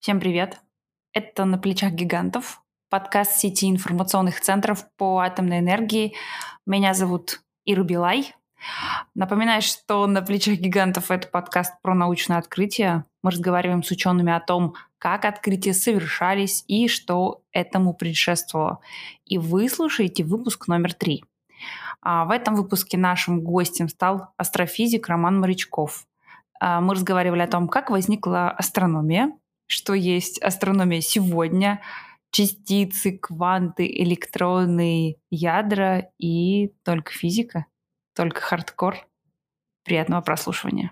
Всем привет! Это «На плечах гигантов», подкаст сети информационных центров по атомной энергии. Меня зовут Ира Билай. Напоминаю, что «На плечах гигантов» — это подкаст про научное открытие. Мы разговариваем с учеными о том, как открытия совершались и что этому предшествовало. И вы слушаете выпуск номер 3. В этом выпуске нашим гостем стал астрофизик Роман Морячков. Мы разговаривали о том, как возникла астрономия, что есть астрономия сегодня, частицы, кванты, электроны, ядра и только физика, только хардкор. Приятного прослушивания.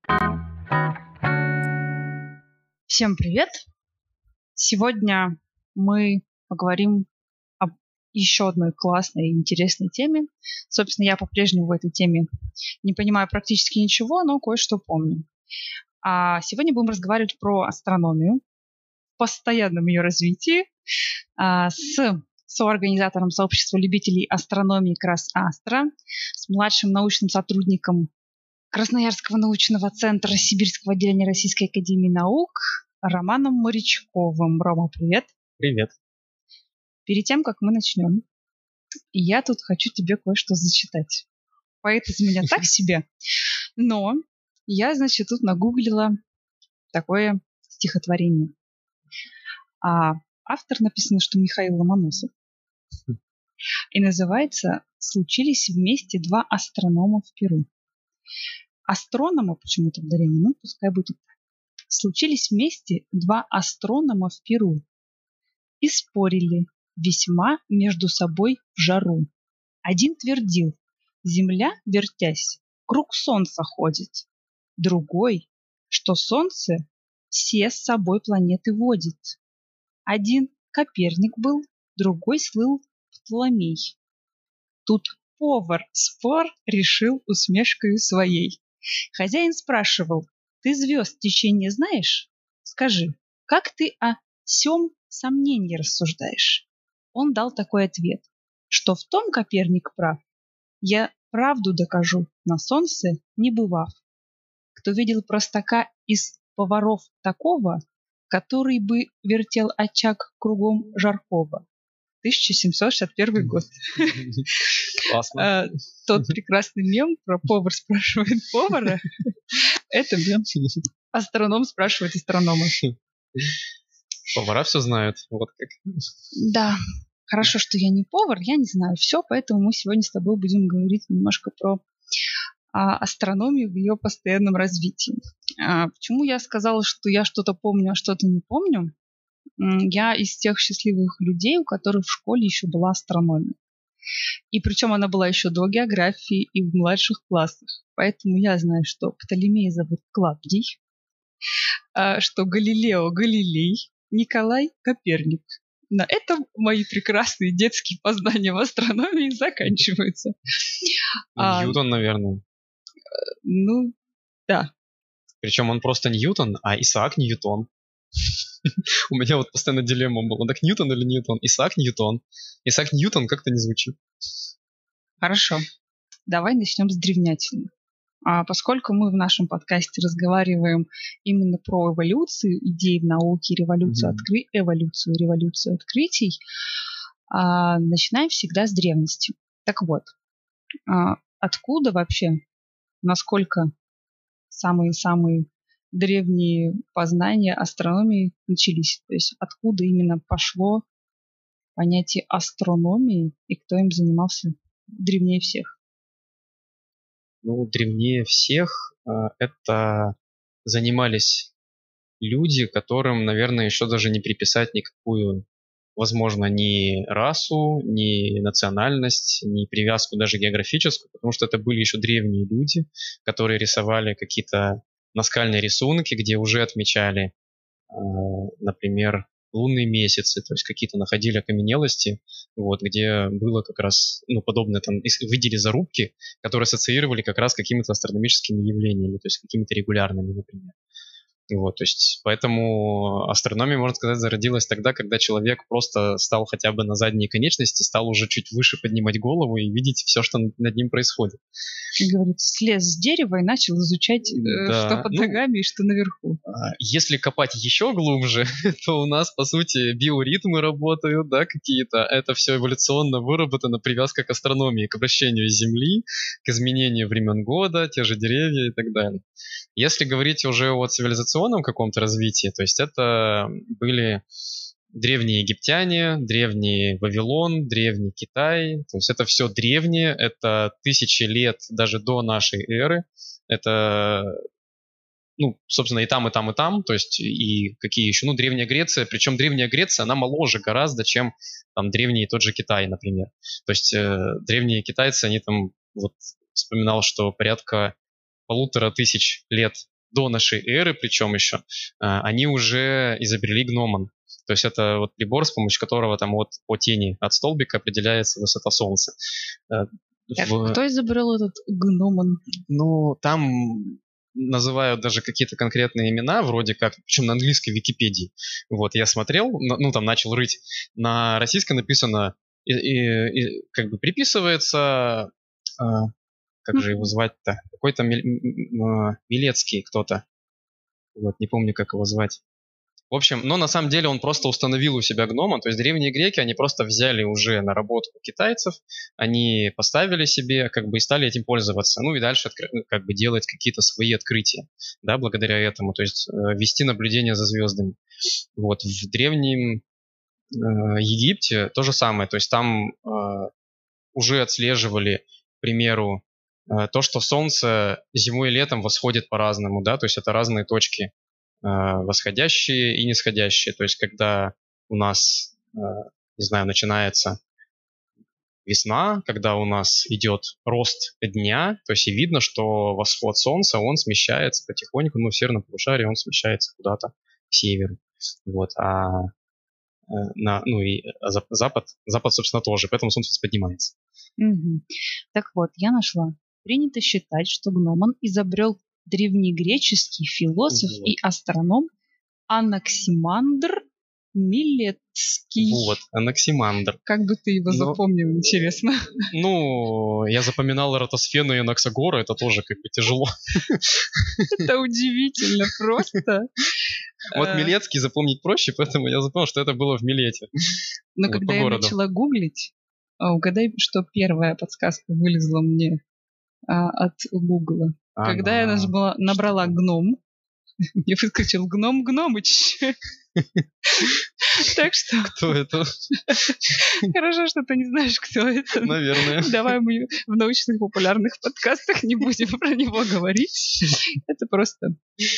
Всем привет! Сегодня мы поговорим об еще одной классной и интересной теме. Собственно, я по-прежнему в этой теме не понимаю практически ничего, но кое-что помню. А сегодня будем разговаривать про астрономию, в постоянном ее развитии, с соорганизатором сообщества любителей астрономии КрасАстро, с младшим научным сотрудником Красноярского научного центра Сибирского отделения Российской академии наук Романом Морячковым. Рома, привет. Привет. Перед тем, как мы начнем, я тут хочу тебе кое-что зачитать. Поэт из меня так себе, но я, значит, тут нагуглила такое стихотворение. Автор написано, что Михаил Ломоносов. И называется «Случились вместе два астронома в Перу». Астронома, почему-то ударение, ну пускай будет так. Случились вместе два астронома в Перу и спорили весьма между собой в жару. Один твердил: Земля, вертясь, круг Солнца ходит. Другой, что Солнце все с собой планеты водит. Один Коперник был, другой слыл Птоломей. Тут повар спор решил усмешкою своей. Хозяин спрашивал: ты звезд течение знаешь? Скажи, как ты о сём сомнении рассуждаешь? Он дал такой ответ, что в том Коперник прав. Я правду докажу, на солнце не бывав. Кто видел простака из поваров такого, который бы вертел очаг кругом жаркого? 1761 год. Классно. Тот прекрасный мем про повар спрашивает повара. Это мем. Астроном спрашивает астронома. Повара все знают. Вот как. Да. Хорошо, что я не повар, я не знаю все, поэтому мы сегодня с тобой будем говорить немножко про астрономию в ее постоянном развитии. Почему я сказала, что я что-то помню, а что-то не помню? Я из тех счастливых людей, у которых в школе еще была астрономия. И причем она была еще до географии и в младших классах. Поэтому я знаю, что Птолемей зовут Клавдий, что Галилео Галилей, Николай Коперник. На этом мои прекрасные детские познания в астрономии заканчиваются. Ньютон, наверное. Ну, да. Причем он просто Ньютон, а Исаак Ньютон. У меня вот постоянно дилемма была. Так Ньютон или Ньютон? Исаак Ньютон. Исаак Ньютон как-то не звучит. Хорошо. Давай начнем с древнятины. Поскольку мы в нашем подкасте разговариваем именно про эволюцию идей в науке, революцию открытий, начинаем всегда с древности. Так вот, откуда вообще, насколько самые-самые древние познания астрономии начались? То есть откуда именно пошло понятие астрономии и кто им занимался древнее всех? Ну, древнее всех это занимались люди, которым, наверное, еще даже не приписать никакую, возможно, ни расу, ни национальность, ни привязку даже географическую, потому что это были еще древние люди, которые рисовали какие-то наскальные рисунки, где уже отмечали, например, лунные месяцы, то есть какие-то находили окаменелости, вот, где было как раз, ну, подобное, там, видели зарубки, которые ассоциировали как раз с какими-то астрономическими явлениями, то есть какими-то регулярными, например. Вот, то есть, поэтому астрономия, можно сказать, зародилась тогда, когда человек просто стал хотя бы на задние конечности, стал уже чуть выше поднимать голову и видеть все, что над ним происходит. Как говорится, слез с дерева и начал изучать, что под ногами и что наверху. Если копать еще глубже, то у нас, по сути, биоритмы работают, да, какие-то. Это все эволюционно выработано, привязка к астрономии, к обращению Земли, к изменению времен года, те же деревья и так далее. Если говорить уже о цивилизационном каком-то развитии, то есть это были древние египтяне, древний Вавилон, древний Китай. То есть это все древнее, это тысячи лет даже до нашей эры. Это, ну, собственно, и там, и там, и там. То есть и какие еще? Ну, Древняя Греция. Причем Древняя Греция, она моложе гораздо, чем там древний тот же Китай, например. То есть древние китайцы, они там, вот вспоминал, что порядка 1500 лет до нашей эры, причем еще, они уже изобрели гномон. То есть это вот прибор, с помощью которого там вот по тени от столбика определяется высота Солнца. Кто изобрел этот гномон? Ну, там называют даже какие-то конкретные имена, вроде как, причем на английской Википедии. Вот, я смотрел, ну, там начал рыть. На российском написано, как бы приписывается... Как же его звать-то? Какой-то Милецкий кто-то. Вот, не помню, как его звать. В общем, но на самом деле он просто установил у себя гномон. То есть древние греки, они просто взяли уже наработку китайцев, они поставили себе, как бы, и стали этим пользоваться. Ну и дальше как бы делать какие-то свои открытия, да, благодаря этому. То есть вести наблюдение за звездами. Вот, в древнем Египте то же самое. То есть там уже отслеживали, к примеру, то, что Солнце зимой и летом восходит по-разному, да, то есть это разные точки, восходящие и нисходящие. То есть когда у нас, не знаю, начинается весна, когда у нас идет рост дня, то есть и видно, что восход Солнца, он смещается потихоньку, ну, в северном полушарии он смещается куда-то к северу. Вот, запад, собственно, тоже, поэтому Солнце поднимается. Угу. Так вот, я нашла. Принято считать, что гномон изобрел древнегреческий философ и астроном Анаксимандр Милецкий. Вот, Анаксимандр. Как бы ты его запомнил, интересно? Ну, я запоминал Эратосфена и Анаксагора, это тоже как бы тяжело. Это удивительно просто. Вот Милецкий запомнить проще, поэтому я запомнил, что это было в Милете. Но когда я начала гуглить, угадай, что первая подсказка вылезла мне от Гугла. Когда я набрала гном, мне выскочил гном Гномыч. Так что... Кто это? Хорошо, что ты не знаешь, кто это. Наверное. Давай мы в научных популярных подкастах не будем про него говорить. Это просто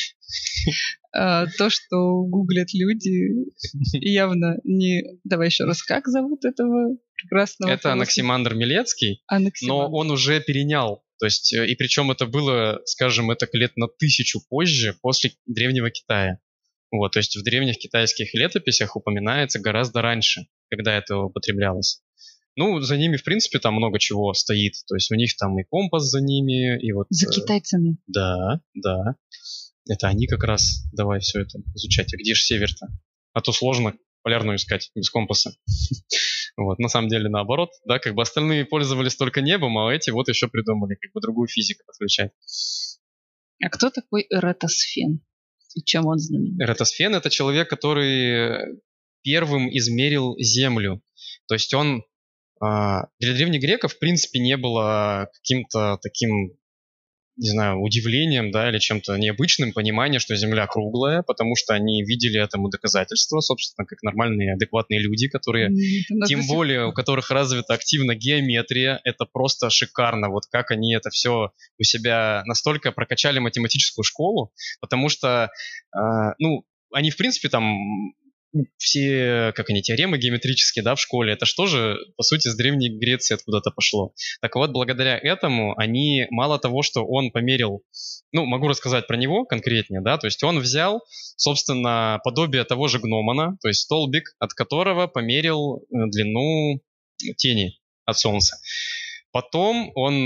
то, что гуглят люди, явно не... Давай еще раз, как зовут этого прекрасного? Это Анаксимандр Милецкий, но он уже перенял. То есть, и причем это было, скажем, это лет на 1000 позже, после Древнего Китая. Вот, то есть в древних китайских летописях упоминается гораздо раньше, когда это употреблялось. Ну, за ними, в принципе, там много чего стоит. То есть у них там и компас за ними, и вот... За китайцами? Да. Это они как раз давай все это изучать. А где же север-то? А то сложно полярную искать без компаса. Вот, на самом деле наоборот, да, как бы остальные пользовались только небом, а эти вот еще придумали как бы другую физику подключать. А кто такой Эратосфен? И чем он знаменит? Эратосфен — это человек, который первым измерил Землю. То есть он для древних греков, в принципе, не было каким-то таким, не знаю, удивлением, да, или чем-то необычным понимание, что Земля круглая, потому что они видели этому доказательства, собственно, как нормальные, адекватные люди, которые, тем более, у которых развита активно геометрия, это просто шикарно, вот как они это все у себя настолько прокачали математическую школу, потому что, они, в принципе, там... все, как они, теоремы геометрические, да, в школе, это что же, по сути, с Древней Греции откуда-то пошло. Так вот, благодаря этому они, мало того, что он померил, могу рассказать про него конкретнее, да, то есть он взял, собственно, подобие того же гномона, то есть столбик, от которого померил длину тени от Солнца. Потом он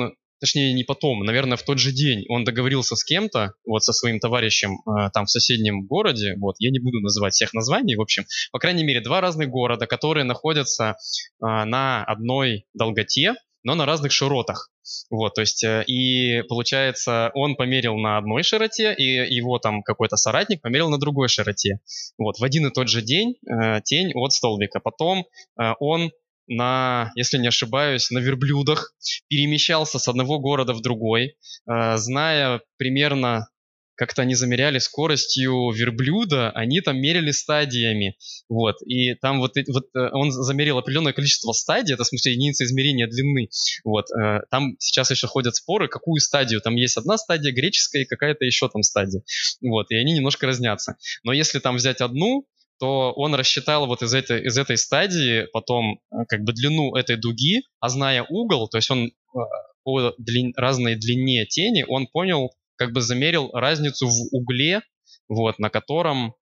точнее не потом, наверное, в тот же день он договорился с кем-то, вот со своим товарищем там в соседнем городе, вот, я не буду называть всех названий, в общем, по крайней мере, два разных города, которые находятся на одной долготе, но на разных широтах. Вот, то есть, и получается, он померил на одной широте, и его там какой-то соратник померил на другой широте. Вот, в один и тот же день тень от столбика. Потом он если не ошибаюсь, на верблюдах перемещался с одного города в другой, зная примерно, как-то они замеряли скоростью верблюда, они там мерили стадиями, вот, и там он замерил определенное количество стадий, это в смысле единица измерения длины, вот, там сейчас еще ходят споры, какую стадию, там есть одна стадия греческая и какая-то еще там стадия, вот, и они немножко разнятся, но если там взять одну, то он рассчитал вот из этой стадии потом как бы длину этой дуги, а зная угол, то есть он по разной длине тени, он понял, как бы замерил разницу в угле, вот, на котором,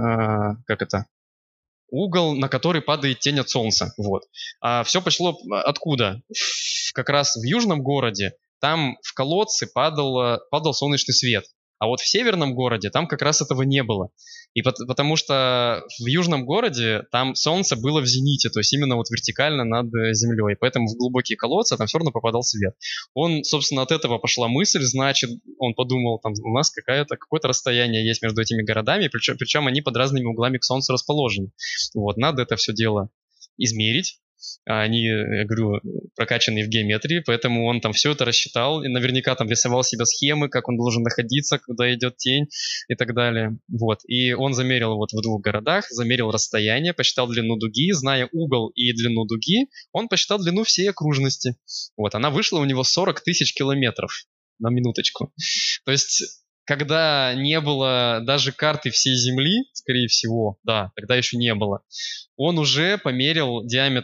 угол, на который падает тень от солнца, вот. А все пошло откуда? Как раз в южном городе, там в колодцы падал солнечный свет. А вот в северном городе там как раз этого не было. И потому что в южном городе там солнце было в зените, то есть именно вот вертикально над землей. Поэтому в глубокие колодцы там все равно попадал свет. Он, собственно, от этого пошла мысль, значит, он подумал, там у нас какое-то расстояние есть между этими городами, причем они под разными углами к солнцу расположены. Вот, надо это все дело измерить. Они, я говорю, прокачанные в геометрии, поэтому он там все это рассчитал и наверняка там рисовал себе схемы, как он должен находиться, куда идет тень и так далее. Вот. И он замерил вот в двух городах, замерил расстояние, посчитал длину дуги, зная угол и длину дуги, он посчитал длину всей окружности. Вот. Она вышла у него 40 тысяч километров, на минуточку. То есть когда не было даже карты всей Земли, скорее всего, да, тогда еще не было, он уже померил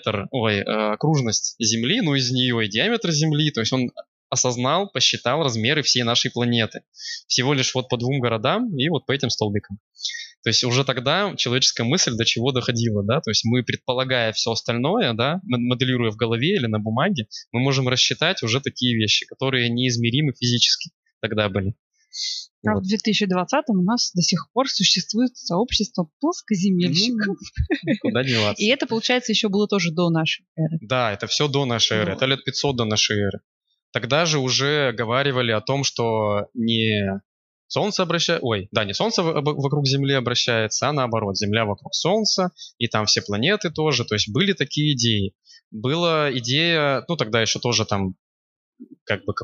окружность Земли, ну из нее и диаметр Земли, то есть он осознал, посчитал размеры всей нашей планеты. Всего лишь вот по двум городам и вот по этим столбикам. То есть уже тогда человеческая мысль до чего доходила, да, то есть мы, предполагая все остальное, да, моделируя в голове или на бумаге, мы можем рассчитать уже такие вещи, которые неизмеримы физически тогда были. А вот. В 2020-м у нас до сих пор существует сообщество плоскоземельщиков. Куда деваться. И это, получается, еще было тоже до нашей эры. Да, это все до нашей эры. Это лет 500 до нашей эры. Тогда же уже говаривали о том, что не Солнце не Солнце вокруг Земли обращается, а наоборот, Земля вокруг Солнца, и там все планеты тоже. То есть были такие идеи. Была идея, тогда еще тоже там как бы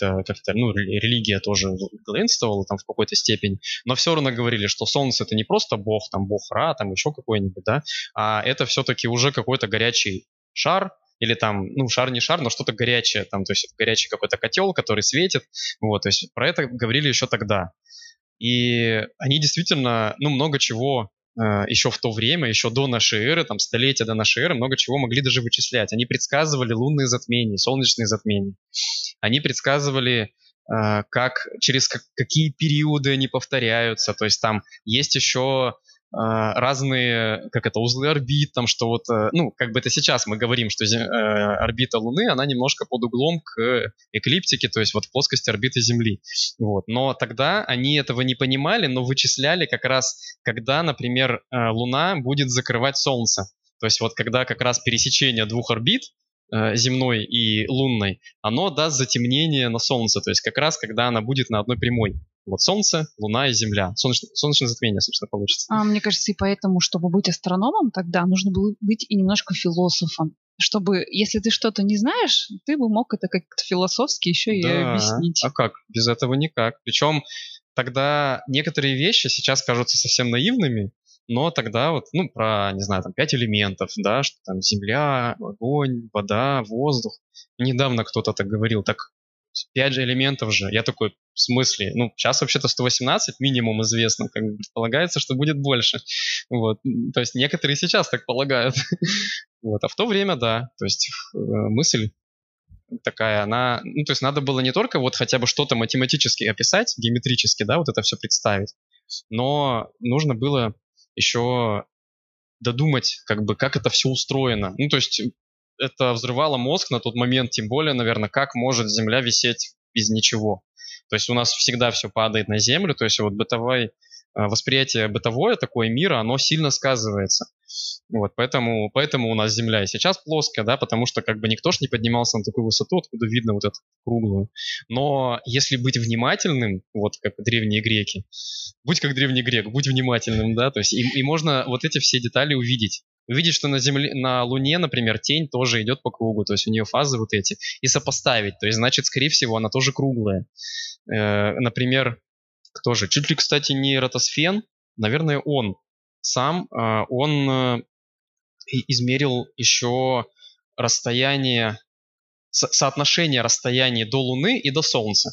религия тоже главенствовала там в какой-то степени, но все равно говорили, что Солнце это не просто бог, там бог Ра, там еще какой-нибудь, да, а это все-таки уже какой-то горячий шар, или там, шар не шар, но что-то горячее, там, то есть горячий какой-то котел, который светит, вот, то есть про это говорили еще тогда. И они действительно, много чего еще в то время, еще до нашей эры, там, столетия до нашей эры, много чего могли даже вычислять. Они предсказывали лунные затмения, солнечные затмения. Они предсказывали, через какие периоды они повторяются. То есть там есть еще разные, узлы орбит, там, что вот, это сейчас мы говорим, что орбита Луны, она немножко под углом к эклиптике, то есть вот в плоскости орбиты Земли. Вот. Но тогда они этого не понимали, но вычисляли как раз, когда, например, Луна будет закрывать Солнце. То есть вот когда как раз пересечение двух орбит, земной и лунной, оно даст затемнение на Солнце, то есть как раз когда она будет на одной прямой. Вот Солнце, Луна и Земля. Солнечное затмение, собственно, получится. Мне кажется, и поэтому, чтобы быть астрономом тогда, нужно было быть и немножко философом. Чтобы, если ты что-то не знаешь, ты бы мог это как-то философски еще и объяснить. А как? Без этого никак. Причем тогда некоторые вещи сейчас кажутся совсем наивными, но тогда про, 5 элементов, да, что там земля, огонь, вода, воздух. Недавно кто-то так говорил, так 5 же элементов же. Я такой, в смысле? Сейчас вообще-то 118 минимум известно, как бы предполагается, что будет больше. Вот. То есть некоторые сейчас так полагают. Вот. А в то время, да, то есть мысль такая, она, то есть надо было не только вот хотя бы что-то математически описать, геометрически, да, вот это все представить, но нужно было еще додумать, как это все устроено. То есть это взрывало мозг на тот момент, тем более, наверное, как может Земля висеть без ничего. То есть у нас всегда все падает на Землю, то есть вот восприятие бытовое такое мира, оно сильно сказывается. Вот, поэтому у нас Земля и сейчас плоская, да, потому что как бы никто ж не поднимался на такую высоту, откуда видно вот эту круглую. Но если быть внимательным, вот как древние греки, будь как древний грек, будь внимательным, да, то есть и можно вот эти все детали увидеть. Увидеть, что на Луне, например, тень тоже идет по кругу, то есть у нее фазы вот эти, и сопоставить, то есть, значит, скорее всего, она тоже круглая. Например, кто же? Чуть ли, кстати, не Эратосфен, наверное, он сам, он измерил еще расстояние, соотношение расстояния до Луны и до Солнца.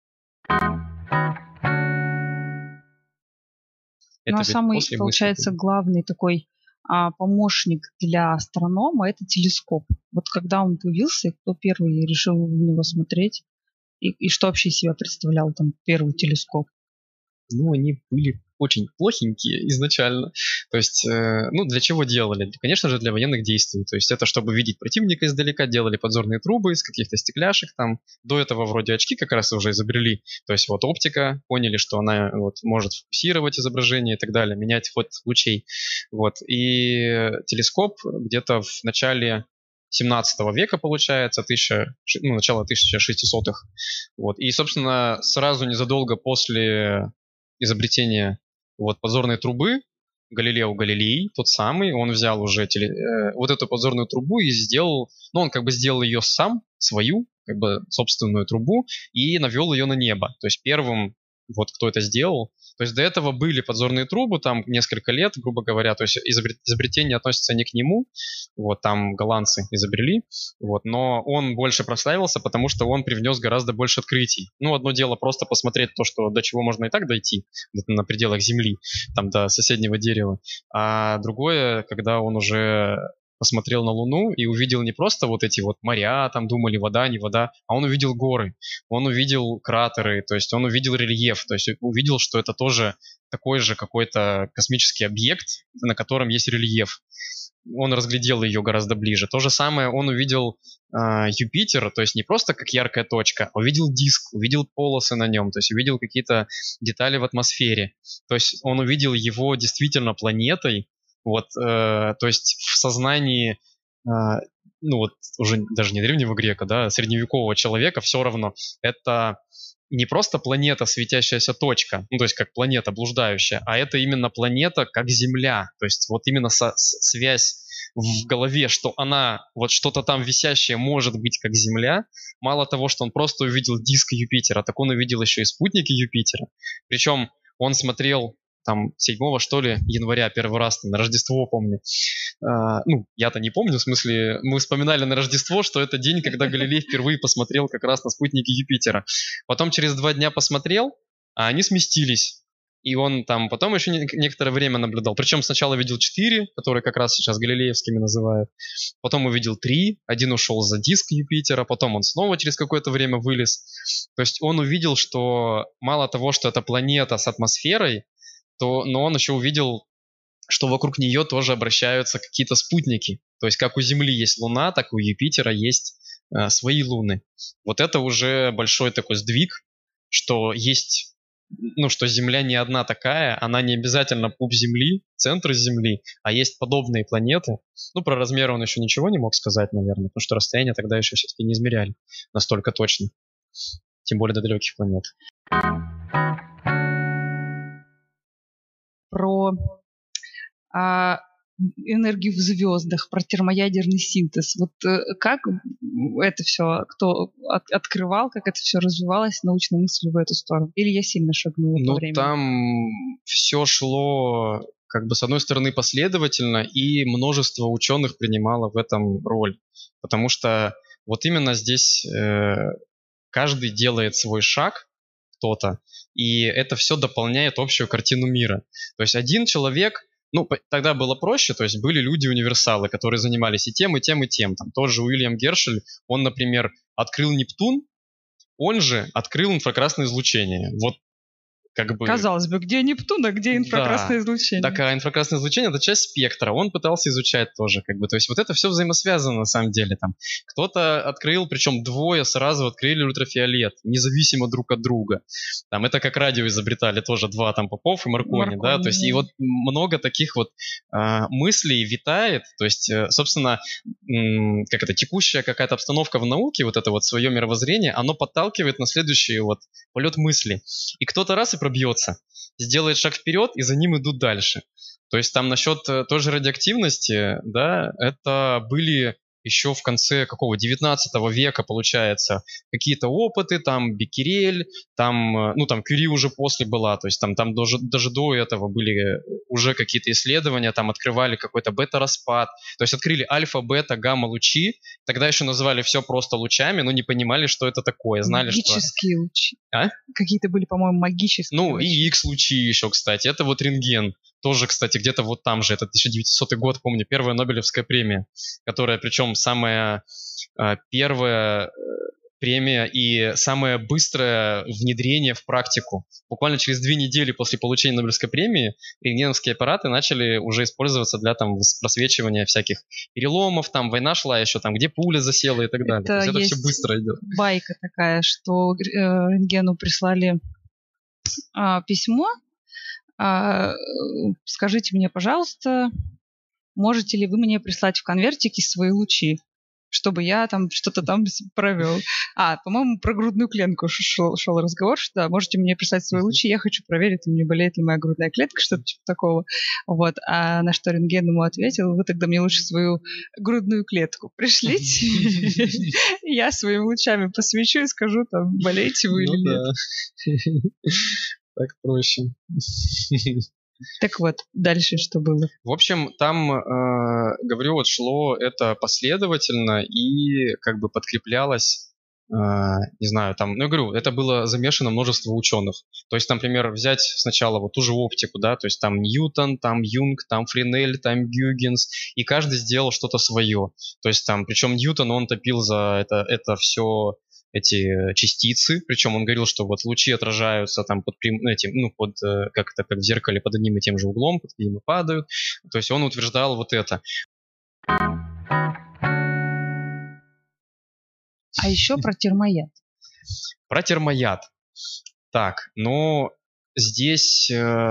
Ну, а самый, получается, главный такой помощник для астронома – это телескоп. Вот когда он появился, кто первый решил в него смотреть? И что вообще из себя представлял там первый телескоп? Ну, они были очень плохенькие изначально. То есть, ну, для чего делали? Конечно же, для военных действий. То есть это чтобы видеть противника издалека, делали подзорные трубы из каких-то стекляшек там. До этого вроде очки как раз уже изобрели. То есть вот оптика, поняли, что она вот может фокусировать изображение и так далее, менять ход лучей. Вот. И телескоп где-то в начале 17 века, получается, начало 1600-х. Вот. И, собственно, сразу незадолго после изобретения вот подзорной трубы Галилео Галилей, тот самый, он взял уже вот эту подзорную трубу и сделал, ну, он как бы сделал ее сам, свою, как бы собственную трубу, и навел ее на небо. То есть первым, вот кто это сделал. То есть до этого были подзорные трубы, там несколько лет, грубо говоря, то есть изобретение относится не к нему, вот там голландцы изобрели, вот, но он больше прославился, потому что он привнес гораздо больше открытий. Ну, одно дело просто посмотреть то, что до чего можно и так дойти, на пределах Земли, там до соседнего дерева, а другое, когда он уже посмотрел на Луну и увидел не просто вот эти вот моря, там думали, вода, не вода, а он увидел горы, он увидел кратеры, то есть он увидел рельеф, то есть увидел, что это тоже такой же какой-то космический объект, на котором есть рельеф. Он разглядел ее гораздо ближе. То же самое он увидел Юпитер, то есть не просто как яркая точка, а увидел диск, увидел полосы на нем, то есть увидел какие-то детали в атмосфере. То есть он увидел его действительно планетой, вот, то есть в сознании, ну вот уже даже не древнего грека, да, средневекового человека все равно это не просто планета, светящаяся точка, ну то есть как планета блуждающая, а это именно планета как Земля, то есть вот именно связь в голове, что она, вот что-то там висящее может быть как Земля. Мало того, что он просто увидел диск Юпитера, так он увидел еще и спутники Юпитера. Причем он смотрел там 7 что ли, января первый раз, на Рождество, помню. Ну, я-то не помню, в смысле, мы вспоминали на Рождество, что это день, когда Галилей впервые посмотрел как раз на спутники Юпитера. Потом через 2 дня посмотрел, а они сместились. И он там потом еще некоторое время наблюдал. Причем сначала видел 4, которые как раз сейчас галилеевскими называют. Потом увидел 3, один ушел за диск Юпитера, потом он снова через какое-то время вылез. То есть он увидел, что мало того, что это планета с атмосферой, но он еще увидел, что вокруг нее тоже обращаются какие-то спутники. То есть как у Земли есть Луна, так и у Юпитера есть свои луны. Вот это уже большой такой сдвиг, что есть, ну, что Земля не одна такая, она не обязательно пуп Земли, центр Земли, а есть подобные планеты. Ну, про размеры он еще ничего не мог сказать, наверное, потому что расстояние тогда еще все-таки не измеряли настолько точно. Тем более до далеких планет. Про энергию в звездах, про термоядерный синтез. Вот как это все, кто открывал, как это все развивалось, научная мысль в эту сторону? Или я сильно шагнула по времени? Там все шло, как бы, с одной стороны, последовательно, и множество ученых принимало в этом роль. Потому что вот именно здесь каждый делает свой шаг, кто-то, и это все дополняет общую картину мира. То есть один человек, ну, тогда было проще, то есть были люди-универсалы, которые занимались и тем, и тем, и тем. Там тоже Уильям Гершель, он, например, открыл Нептун, он же открыл инфракрасное излучение. Вот как бы... Казалось бы, где Нептун, а где инфракрасное излучение? Так, а инфракрасное излучение — это часть спектра. Он пытался изучать тоже, как бы. То есть вот это все взаимосвязано на самом деле. Там кто-то открыл, причем двое сразу открыли ультрафиолет, независимо друг от друга. Там это как радио изобретали тоже два, там Попов и Маркони, да. То есть и вот много таких вот мыслей витает. То есть, собственно, как это, текущая какая-то обстановка в науке, вот это вот свое мировоззрение, оно подталкивает на следующий вот полет мысли. И кто-то раз и пробьется, сделает шаг вперед, и за ним идут дальше. То есть там насчет той же радиоактивности, да, это были еще в конце какого, 19 века, получается, какие-то опыты, там Беккерель, там, ну, там Кюри уже после была, то есть там даже до этого были уже какие-то исследования, там открывали какой-то бета-распад, то есть открыли альфа, бета, гамма-лучи, тогда еще называли все просто лучами, но не понимали, что это такое, знали, магические лучи. А? Какие-то были, по-моему, магические лучи. И X-лучи еще, кстати, это вот рентген. Тоже, кстати, где-то вот там же, это 1900 год, помню, первая Нобелевская премия, которая, причем, самая первая премия и самое быстрое внедрение в практику. Буквально через 2 недели после получения Нобелевской премии рентгеновские аппараты начали уже использоваться для там просвечивания всяких переломов, там война шла еще, там где пуля засела и так далее. То есть это все быстро идет. Байка такая, что рентгену прислали письмо. Скажите мне, пожалуйста, можете ли вы мне прислать в конвертике свои лучи, чтобы я там что-то там провел. По-моему, про грудную клетку шел разговор, что да, можете мне прислать свои лучи, я хочу проверить, не болеет ли моя грудная клетка, что-то типа такого. Вот. А на что рентген ему ответил: вы тогда мне лучше свою грудную клетку пришлите, я своими лучами посвечу и скажу, там, болеете вы или нет. Так проще. Так вот, дальше что было? В общем, там, говорю, вот шло это последовательно и как бы подкреплялось, не знаю, там, ну, я говорю, это было замешано множество ученых. То есть, например, взять сначала вот ту же оптику, да, то есть там Ньютон, там Юнг, там Френель, там Гюйгенс, и каждый сделал что-то свое. То есть там, причем Ньютон, он топил за это все, эти частицы, причем он говорил, что вот лучи отражаются там под этим, ну, под, как в зеркале, под одним и тем же углом, под ним и падают. То есть он утверждал вот это. А еще про термояд. Про термояд. Так, ну, здесь...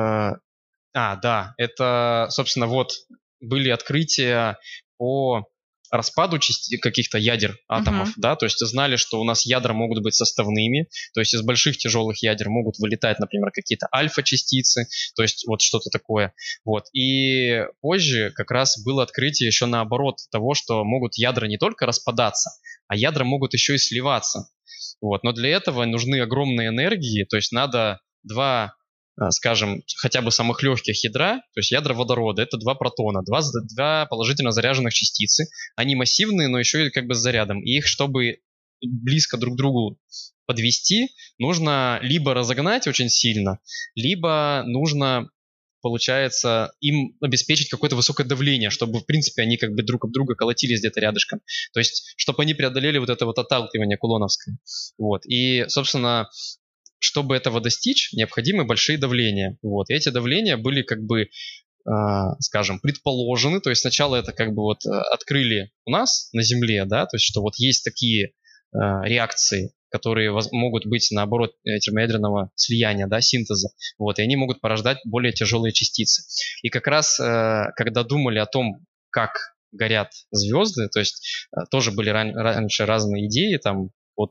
да, это, собственно, вот были открытия по распаду каких-то ядер атомов, да, то есть знали, что у нас ядра могут быть составными, то есть из больших тяжелых ядер могут вылетать, например, какие-то альфа-частицы, то есть вот что-то такое, вот. И позже как раз было открытие еще наоборот того, что могут ядра не только распадаться, а ядра могут еще и сливаться, вот. Но для этого нужны огромные энергии, то есть надо два, скажем, хотя бы самых легких ядра, то есть ядра водорода, это 2 протона, 2 положительно заряженных частицы. Они массивные, но еще и как бы с зарядом. И их, чтобы близко друг к другу подвести, нужно либо разогнать очень сильно, либо нужно, получается, им обеспечить какое-то высокое давление, чтобы, в принципе, они как бы друг об друга колотились где-то рядышком. То есть, чтобы они преодолели вот это вот отталкивание кулоновское. Вот. И, собственно, чтобы этого достичь, необходимы большие давления. Вот. И эти давления были как бы, скажем, предположены. То есть сначала это как бы вот открыли у нас на Земле, да, то есть что вот есть такие реакции, которые могут быть наоборот термоядерного слияния, да, синтеза. Вот. И они могут порождать более тяжелые частицы. И как раз, когда думали о том, как горят звезды, то есть тоже были раньше разные идеи, там, от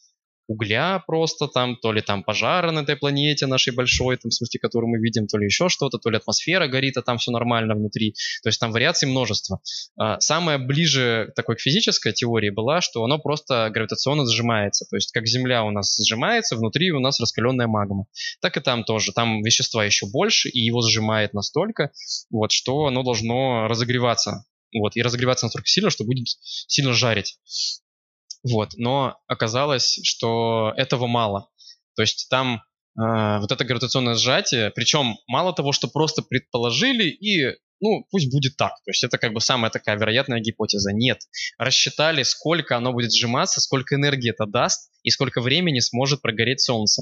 угля просто там, то ли там пожара на этой планете нашей большой, там, в смысле, которую мы видим, то ли еще что-то, то ли атмосфера горит, а там все нормально внутри. То есть там вариаций множество. Самое ближе такой к физической теории была, что оно просто гравитационно сжимается. То есть как Земля у нас сжимается, внутри у нас раскаленная магма. Так и там тоже. Там вещества еще больше, и его сжимает настолько, вот, что оно должно разогреваться. Вот, и разогреваться настолько сильно, что будет сильно жарить. Вот, но оказалось, что этого мало. То есть там вот это гравитационное сжатие, причем мало того, что просто предположили и, ну, пусть будет так. То есть это как бы самая такая вероятная гипотеза. Нет. Рассчитали, сколько оно будет сжиматься, сколько энергии это даст и сколько времени сможет прогореть Солнце.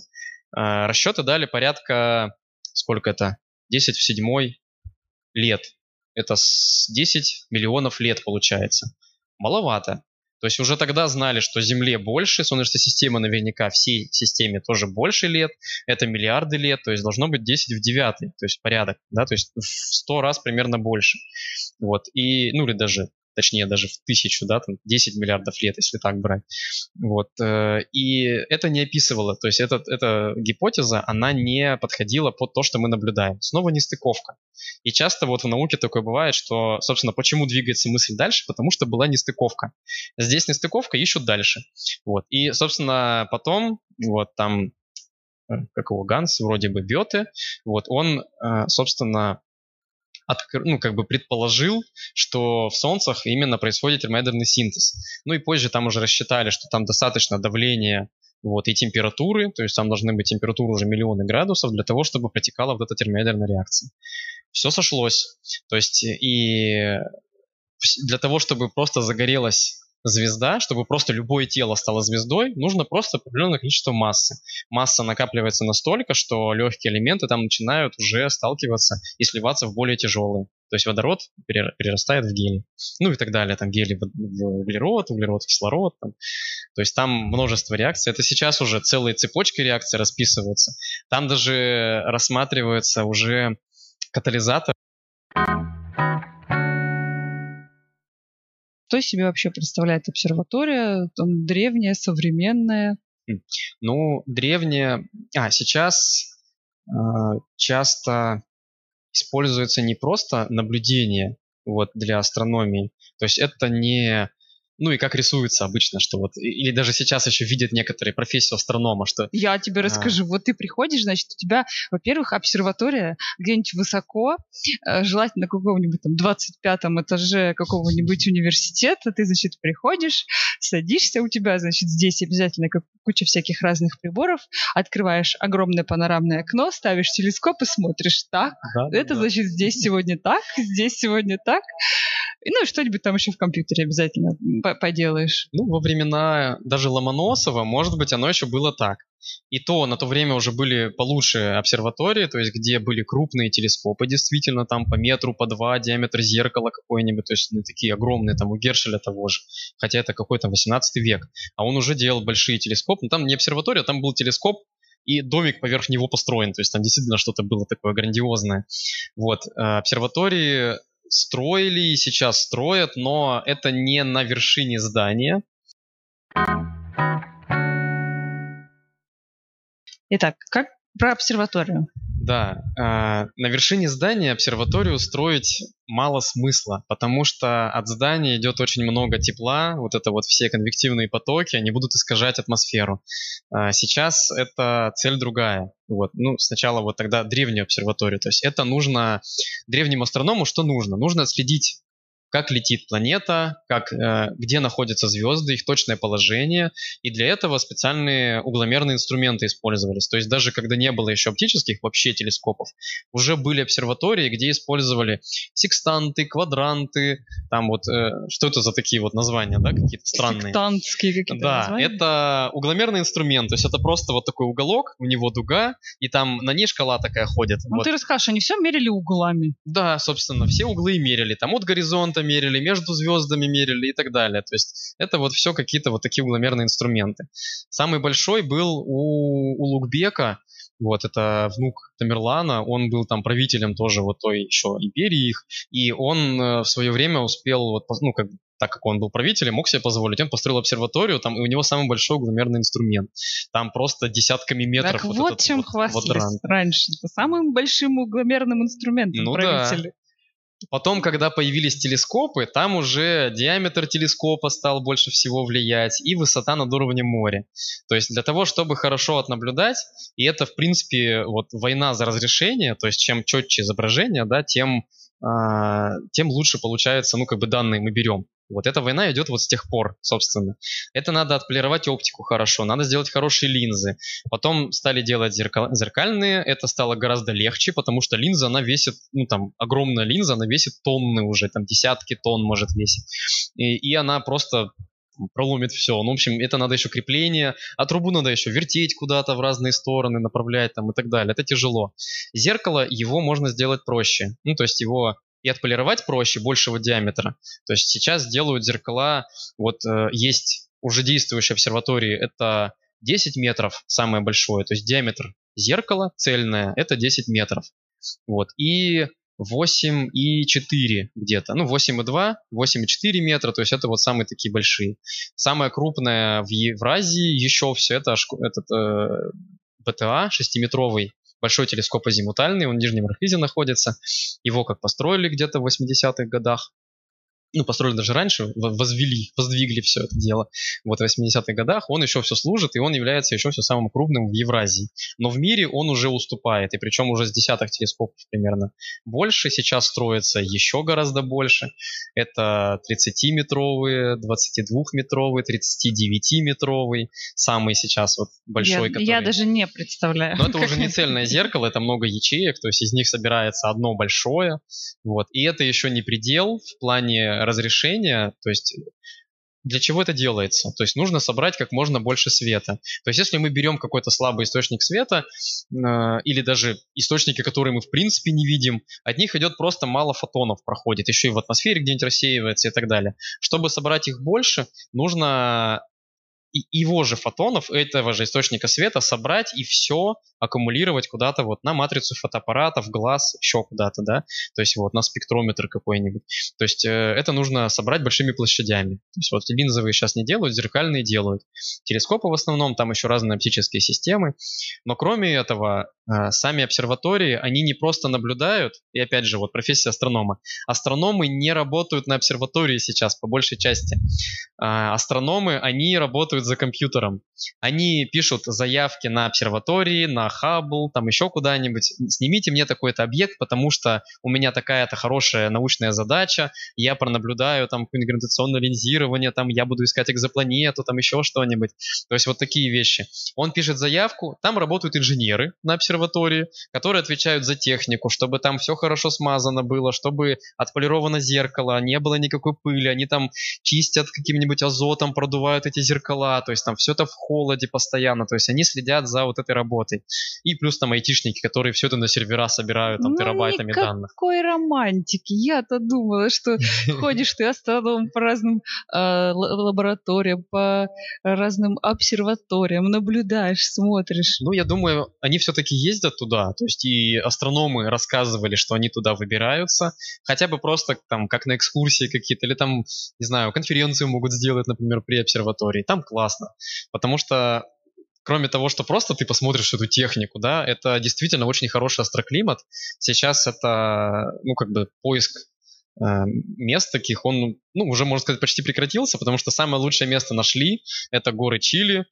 Расчеты дали порядка, сколько это, 10 в 7 лет. Это 10 миллионов лет получается. Маловато. То есть уже тогда знали, что Земле больше, Солнечная система наверняка всей системе тоже больше лет, это миллиарды лет, то есть должно быть 10 в 9, то есть порядок, да, то есть в 100 раз примерно больше. Вот, и, ну или даже, точнее, даже в 1000, да, там 10 миллиардов лет, если так брать. Вот, и это не описывало, то есть эта гипотеза, она не подходила под то, что мы наблюдаем. Снова нестыковка. И часто вот в науке такое бывает, что, собственно, почему двигается мысль дальше? Потому что была нестыковка. Здесь нестыковка, ищут дальше. Вот. И, собственно, потом, вот там, как его, Ганс, вроде бы Гёте, вот он, собственно, ну, как бы предположил, что в солнцах именно происходит термоядерный синтез. Ну и позже там уже рассчитали, что там достаточно давления вот, и температуры, то есть там должны быть температуры уже миллионы градусов для того, чтобы протекала вот эта термоядерная реакция. Все сошлось. То есть и для того, чтобы просто загорелась звезда, чтобы просто любое тело стало звездой, нужно просто определенное количество массы. Масса накапливается настолько, что легкие элементы там начинают уже сталкиваться и сливаться в более тяжелые. То есть водород перерастает в гелий. Ну и так далее. Там гелий в углерод, углерод в кислород. Там. То есть там множество реакций. Это сейчас уже целые цепочки реакций расписываются. Там даже рассматривается уже катализатор. Что из себя вообще представляет обсерватория? Там древняя, современная? Ну, древняя... сейчас часто используется не просто наблюдение вот, для астрономии. То есть это не... Ну и как рисуется обычно, что вот... Или даже сейчас еще видят некоторые профессию астронома, что... Я тебе расскажу. Вот ты приходишь, значит, у тебя, во-первых, обсерватория где-нибудь высоко, желательно на каком-нибудь там 25-м этаже какого-нибудь университета. Ты, значит, приходишь, садишься, у тебя, значит, здесь обязательно куча всяких разных приборов, открываешь огромное панорамное окно, ставишь телескоп и смотришь. Так, да, это, да. Значит, здесь сегодня так, здесь сегодня так. Ну и что-нибудь там еще в компьютере обязательно поделаешь. Ну, во времена даже Ломоносова, может быть, оно еще было так. И то на то время уже были получше обсерватории, то есть где были крупные телескопы, действительно, там по метру, по 2, диаметр зеркала какой-нибудь, то есть ну, такие огромные, там у Гершеля того же, хотя это какой-то 18 век. А он уже делал большие телескопы, но там не обсерватория, там был телескоп, и домик поверх него построен, то есть там действительно что-то было такое грандиозное. Вот, обсерватории строили и сейчас строят, но это не на вершине здания. Итак, как про обсерваторию? Да, на вершине здания обсерваторию строить мало смысла, потому что от здания идет очень много тепла, вот это вот все конвективные потоки, они будут искажать атмосферу. Сейчас это цель другая. Вот. Ну, сначала вот тогда древнюю обсерваторию, то есть это нужно древнему астроному, что нужно? Нужно следить, как летит планета, где находятся звезды, их точное положение. И для этого специальные угломерные инструменты использовались. То есть даже когда не было еще оптических вообще телескопов, уже были обсерватории, где использовали секстанты, квадранты, там вот, что это за такие вот названия, да, какие-то странные. Сектантские какие-то названия. Да, это угломерный инструмент, то есть это просто вот такой уголок, у него дуга, и там на ней шкала такая ходит. Ну вот. Ты расскажешь, они все мерили углами? Да, собственно, все углы мерили, там от горизонта мерили, между звездами мерили и так далее. То есть это вот все какие-то вот такие угломерные инструменты. Самый большой был у Улугбека, вот это внук Тамерлана, он был там правителем тоже вот той еще империи их, и он в свое время успел, вот, ну как так как он был правителем, мог себе позволить, он построил обсерваторию, там, и у него самый большой угломерный инструмент. Там просто десятками метров. Так вот чем хвастались раньше. Самым большим угломерным инструментом правители. Да. Потом, когда появились телескопы, там уже диаметр телескопа стал больше всего влиять и высота над уровнем моря. То есть для того, чтобы хорошо отнаблюдать, и это, в принципе, вот война за разрешение, то есть чем четче изображение, да, тем лучше получается, ну, как бы данные мы берем. Вот эта война идет вот с тех пор, собственно. Это надо отполировать оптику хорошо, надо сделать хорошие линзы. Потом стали делать зеркальные, это стало гораздо легче, потому что линза, она весит, ну там, огромная линза, она весит тонны уже, там десятки тонн может весить. И она просто проломит все. Ну, в общем, это надо еще крепление, а трубу надо еще вертеть куда-то в разные стороны, направлять там и так далее. Это тяжело. Зеркало, его можно сделать проще. Ну, то есть его и отполировать проще, большего диаметра. То есть сейчас делают зеркала, вот есть уже действующие обсерватории, это 10 метров самое большое, то есть диаметр зеркала цельное это 10 метров. Вот. И 8,4 где-то, ну 8,2, 8,4 метра, то есть это вот самые такие большие. Самое крупное в Евразии еще все это этот БТА 6-метровый, большой телескоп азимутальный, он в Нижнем Архизе находится. Его как построили где-то в 80-х годах. Ну, построили даже раньше, воздвигли все это дело. Вот в 80-х годах он еще все служит, и он является еще все самым крупным в Евразии. Но в мире он уже уступает, и причем уже с десяток телескопов примерно больше. Сейчас строится еще гораздо больше. Это 30-метровые, 22-метровый, 39-метровый. Самый сейчас вот большой, который... Я даже не представляю. Но это уже не цельное зеркало, это много ячеек, то есть из них собирается одно большое. Вот. И это еще не предел в плане разрешения, то есть для чего это делается? То есть нужно собрать как можно больше света. То есть если мы берем какой-то слабый источник света, или даже источники, которые мы в принципе не видим, от них идет просто мало фотонов проходит, еще и в атмосфере где-нибудь рассеивается и так далее. Чтобы собрать их больше, нужно его же фотонов, этого же источника света собрать и все аккумулировать куда-то вот на матрицу фотоаппарата, в глаз, еще куда-то, да, то есть вот на спектрометр какой-нибудь. То есть это нужно собрать большими площадями. То есть вот линзовые сейчас не делают, зеркальные делают. Телескопы в основном, там еще разные оптические системы. Но кроме этого, сами обсерватории, они не просто наблюдают, и опять же, вот профессия астронома. Астрономы не работают на обсерватории сейчас, по большей части. Астрономы, они работают за компьютером. Они пишут заявки на обсерватории, на Хаббл, там еще куда-нибудь. Снимите мне такой-то объект, потому что у меня такая-то хорошая научная задача, я пронаблюдаю там какое-нибудь гравитационное линзирование, там я буду искать экзопланету, там еще что-нибудь. То есть вот такие вещи. Он пишет заявку, там работают инженеры на обсерватории, которые отвечают за технику, чтобы там все хорошо смазано было, чтобы отполировано зеркало, не было никакой пыли, они там чистят каким-нибудь азотом, продувают эти зеркала, то есть там все это в холоде постоянно, то есть они следят за вот этой работой. И плюс там айтишники, которые все это на сервера собирают там терабайтами данных. Никакой романтики. Я-то думала, что ходишь ты астроном по разным лабораториям, по разным обсерваториям, наблюдаешь, смотришь. Ну, я думаю, они все-таки ездят туда, то есть и астрономы рассказывали, что они туда выбираются, хотя бы просто там как на экскурсии какие-то, или там, не знаю, конференцию могут сделать, например, при обсерватории. Там классно, потому что кроме того, что просто ты посмотришь эту технику, да, это действительно очень хороший астроклимат. Сейчас это, ну, как бы поиск мест таких, он, ну, уже, можно сказать, почти прекратился, потому что самое лучшее место нашли, это горы Чили,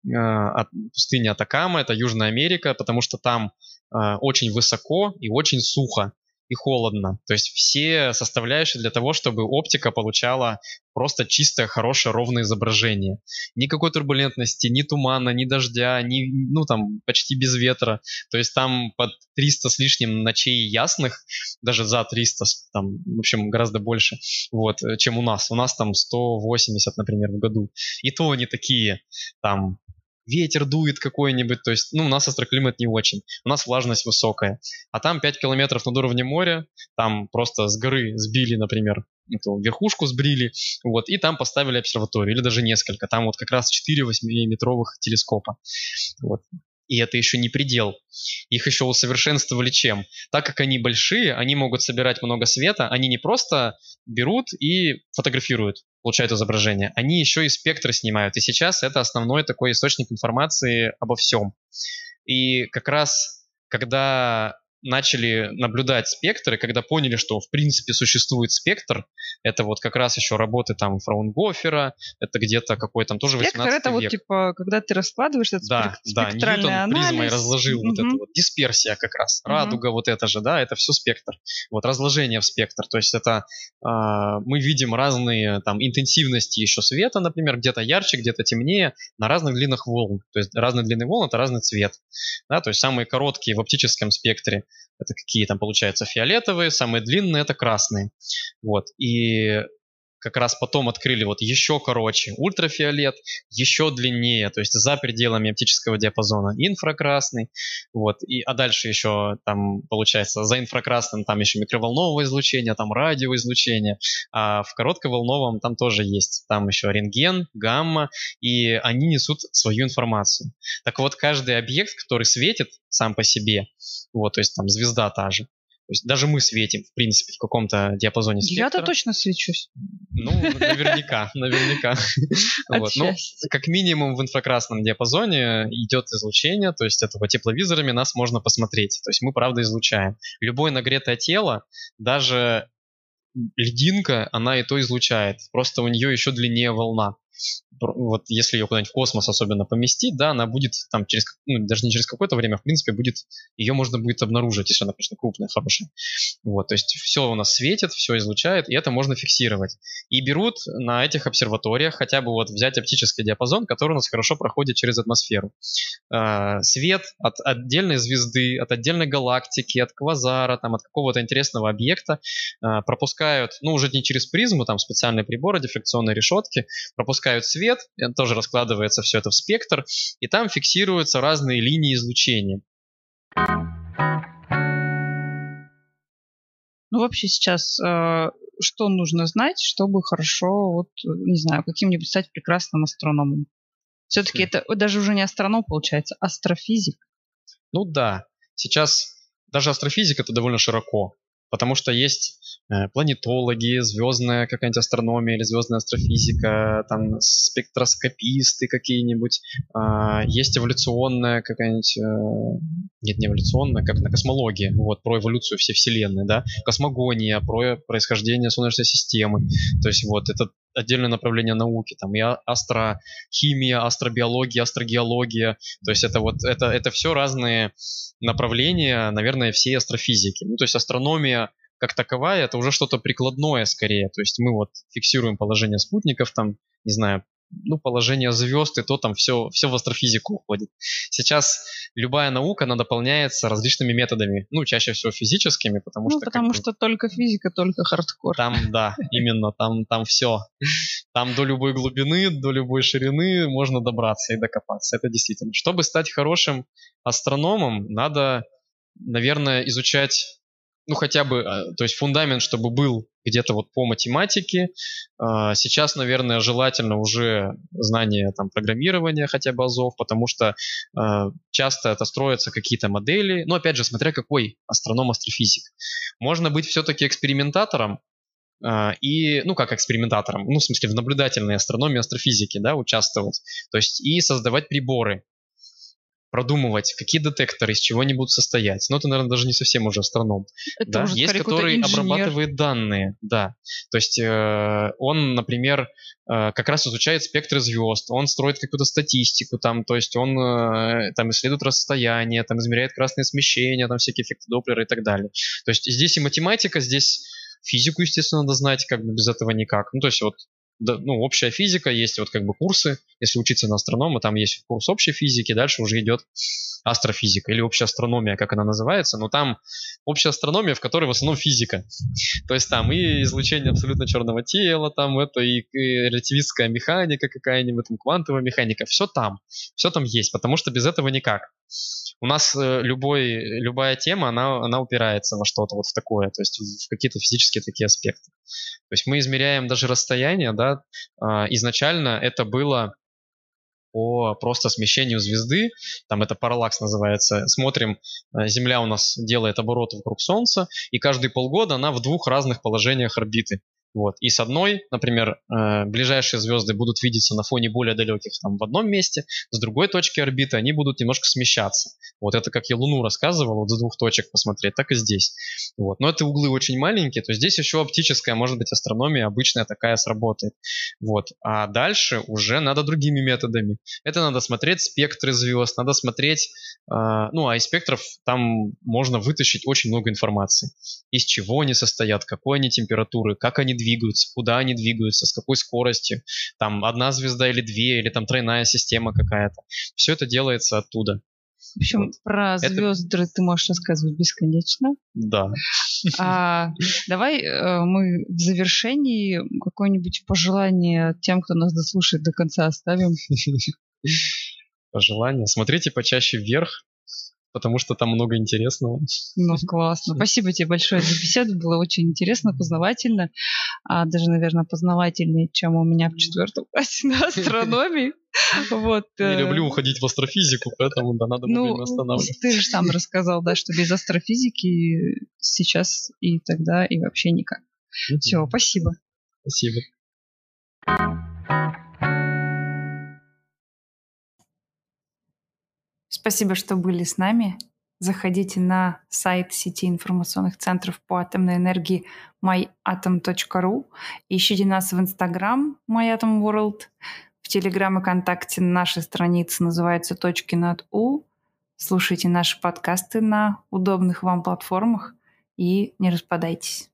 пустыня Атакама, это Южная Америка, потому что там очень высоко и очень сухо и холодно. То есть все составляющие для того, чтобы оптика получала просто чистое, хорошее, ровное изображение. Никакой турбулентности, ни тумана, ни дождя, ни, ну, там, почти без ветра. То есть там под 300 с лишним ночей ясных, даже за 300, там, в общем, гораздо больше, вот, чем у нас. У нас там 180, например, в году. И то они такие, там, ветер дует какой-нибудь, то есть, ну, у нас астроклимат не очень, у нас влажность высокая, а там 5 километров над уровнем моря, там просто с горы сбили, например, эту верхушку сбрили, вот, и там поставили обсерваторию, или даже несколько, там вот как раз 4 8-метровых телескопа, вот. И это еще не предел. Их еще усовершенствовали чем? Так как они большие, они могут собирать много света, они не просто берут и фотографируют, получают изображение, они еще и спектры снимают. И сейчас это основной такой источник информации обо всем. И как раз, когда начали наблюдать спектры, когда поняли, что в принципе существует спектр, это вот как раз еще работы там Фраунгофера, это где-то какой там тоже 18 век. Это вот типа, когда ты раскладываешь этот спектральный Ньютон анализ. призмой разложил вот эту вот дисперсия как раз, радуга вот это же, да, это все спектр. Вот разложение в спектр, то есть это мы видим разные там интенсивности еще света, например, где-то ярче, где-то темнее, на разных длинах волн. То есть разные длины волн — это разный цвет. Да, то есть самые короткие в оптическом спектре это какие там получаются фиолетовые, самые длинные это красные. Вот. И как раз потом открыли вот еще короче ультрафиолет, еще длиннее, то есть за пределами оптического диапазона инфракрасный, вот, а дальше еще там получается за инфракрасным там еще микроволновое излучение, там радиоизлучение, а в коротковолновом там тоже есть, там еще рентген, гамма, и они несут свою информацию. Так вот, каждый объект, который светит сам по себе, вот, то есть там звезда та же, то есть даже мы светим, в принципе, в каком-то диапазоне спектра. Я-то точно свечусь. Ну, наверняка. Вот. Ну, как минимум в инфракрасном диапазоне идет излучение, то есть этого тепловизорами нас можно посмотреть. То есть мы, правда, излучаем. Любое нагретое тело, даже льдинка, она и то излучает. Просто у нее еще длиннее волна. Вот если ее куда-нибудь в космос особенно поместить, да, она будет там через, ну, даже не через какое-то время, в принципе, будет, ее можно будет обнаружить, если она, конечно, крупная, хорошая. Вот, то есть все у нас светит, все излучает, и это можно фиксировать. И берут на этих обсерваториях хотя бы вот взять оптический диапазон, который у нас хорошо проходит через атмосферу. Свет от отдельной звезды, от отдельной галактики, от квазара, там, от какого-то интересного объекта пропускают, ну, уже не через призму, там специальные приборы, дифракционные решетки, пропускают свет, тоже раскладывается все это в спектр, и там фиксируются разные линии излучения. Ну, вообще сейчас что нужно знать, чтобы хорошо, вот, не знаю, каким-нибудь стать прекрасным астрономом? Все-таки это даже уже не астроном, получается, астрофизик. Ну да, сейчас даже астрофизика это довольно широко, потому что есть планетологи, звездная какая-нибудь астрономия или звездная астрофизика, там спектроскописты какие-нибудь, есть эволюционная какая-нибудь, нет, не эволюционная, как на космология, вот, про эволюцию всей Вселенной, да, космогония, про происхождение Солнечной системы, то есть вот, это отдельное направление науки, там и астрохимия, астробиология, астрогеология, то есть это вот, это все разные направления, наверное, всей астрофизики, ну, то есть астрономия как таковая, это уже что-то прикладное скорее. То есть мы вот фиксируем положение спутников, там, не знаю, ну, положение звезд, и то там все в астрофизику уходит. Сейчас любая наука, она дополняется различными методами. Ну, чаще всего физическими, потому что... потому что только физика, только хардкор. Там, да, именно, там все. Там до любой глубины, до любой ширины можно добраться и докопаться. Это действительно. Чтобы стать хорошим астрономом, надо, наверное, изучать, ну, хотя бы, то есть фундамент, чтобы был где-то вот по математике. Сейчас, наверное, желательно уже знание там программирования хотя бы азов, потому что часто это строятся какие-то модели. Но, опять же, смотря какой астроном-астрофизик. Можно быть все-таки экспериментатором, и, ну, как экспериментатором, ну, в смысле, в наблюдательной астрономии, астрофизике, да, участвовать. То есть и создавать приборы, продумывать, какие детекторы из чего они будут состоять. Но это, наверное, даже не совсем уже астроном. Это да? уже Есть, который обрабатывает данные, да. То есть он, например, как раз изучает спектры звезд, он строит какую-то статистику, там, то есть он там исследует расстояние, там измеряет красные смещения, там всякие эффекты Доплера и так далее. То есть здесь и математика, здесь физику, естественно, надо знать, как бы без этого никак. Ну, то есть вот, да, ну, общая физика, есть вот как бы курсы, если учиться на астронома, там есть курс общей физики, дальше уже идет астрофизика или общая астрономия, как она называется, но там общая астрономия, в которой в основном физика. То есть там и излучение абсолютно черного тела, там это и релятивистская механика какая-нибудь, там квантовая механика, все там есть, потому что без этого никак. У нас любая тема, она упирается во что-то вот в такое, то есть в какие-то физические такие аспекты. То есть мы измеряем даже расстояние, да, изначально это было по просто смещению звезды, там это параллакс называется, смотрим, Земля у нас делает обороты вокруг Солнца, и каждые полгода она в двух разных положениях орбиты. Вот. И с одной, например, ближайшие звезды будут видеться на фоне более далеких там в одном месте, с другой точки орбиты они будут немножко смещаться. Вот это как я Луну рассказывал, вот с двух точек посмотреть, так и здесь. Вот. Но это углы очень маленькие, то здесь еще оптическая, может быть, астрономия обычная такая сработает. Вот. А дальше уже надо другими методами. Это надо смотреть спектры звезд, надо смотреть, ну а из спектров там можно вытащить очень много информации. Из чего они состоят, какой они температуры, как они двигаются, куда они двигаются, с какой скоростью, там одна звезда или две, или там тройная система какая-то. Все это делается оттуда. В общем, Вот. про звезды ты можешь рассказывать бесконечно. Да. Давай мы в завершении какое-нибудь пожелание тем, кто нас дослушает до конца, оставим. Пожелание. Смотрите почаще вверх, потому что там много интересного. Ну, классно. Спасибо тебе большое за беседу. Было очень интересно, познавательно. Даже, наверное, познавательнее, чем у меня в 4 классе на астрономии. Вот. Не люблю уходить в астрофизику, поэтому да, надо вовремя останавливаться. Ты же сам рассказал, да, что без астрофизики сейчас и тогда и вообще никак. Все, спасибо. Спасибо. Спасибо, что были с нами. Заходите на сайт сети информационных центров по атомной энергии myatom.ru. Ищите нас в Instagram myatomworld. В Telegram и ВКонтакте наша страница называется «Точки над У». Слушайте наши подкасты на удобных вам платформах и не распадайтесь.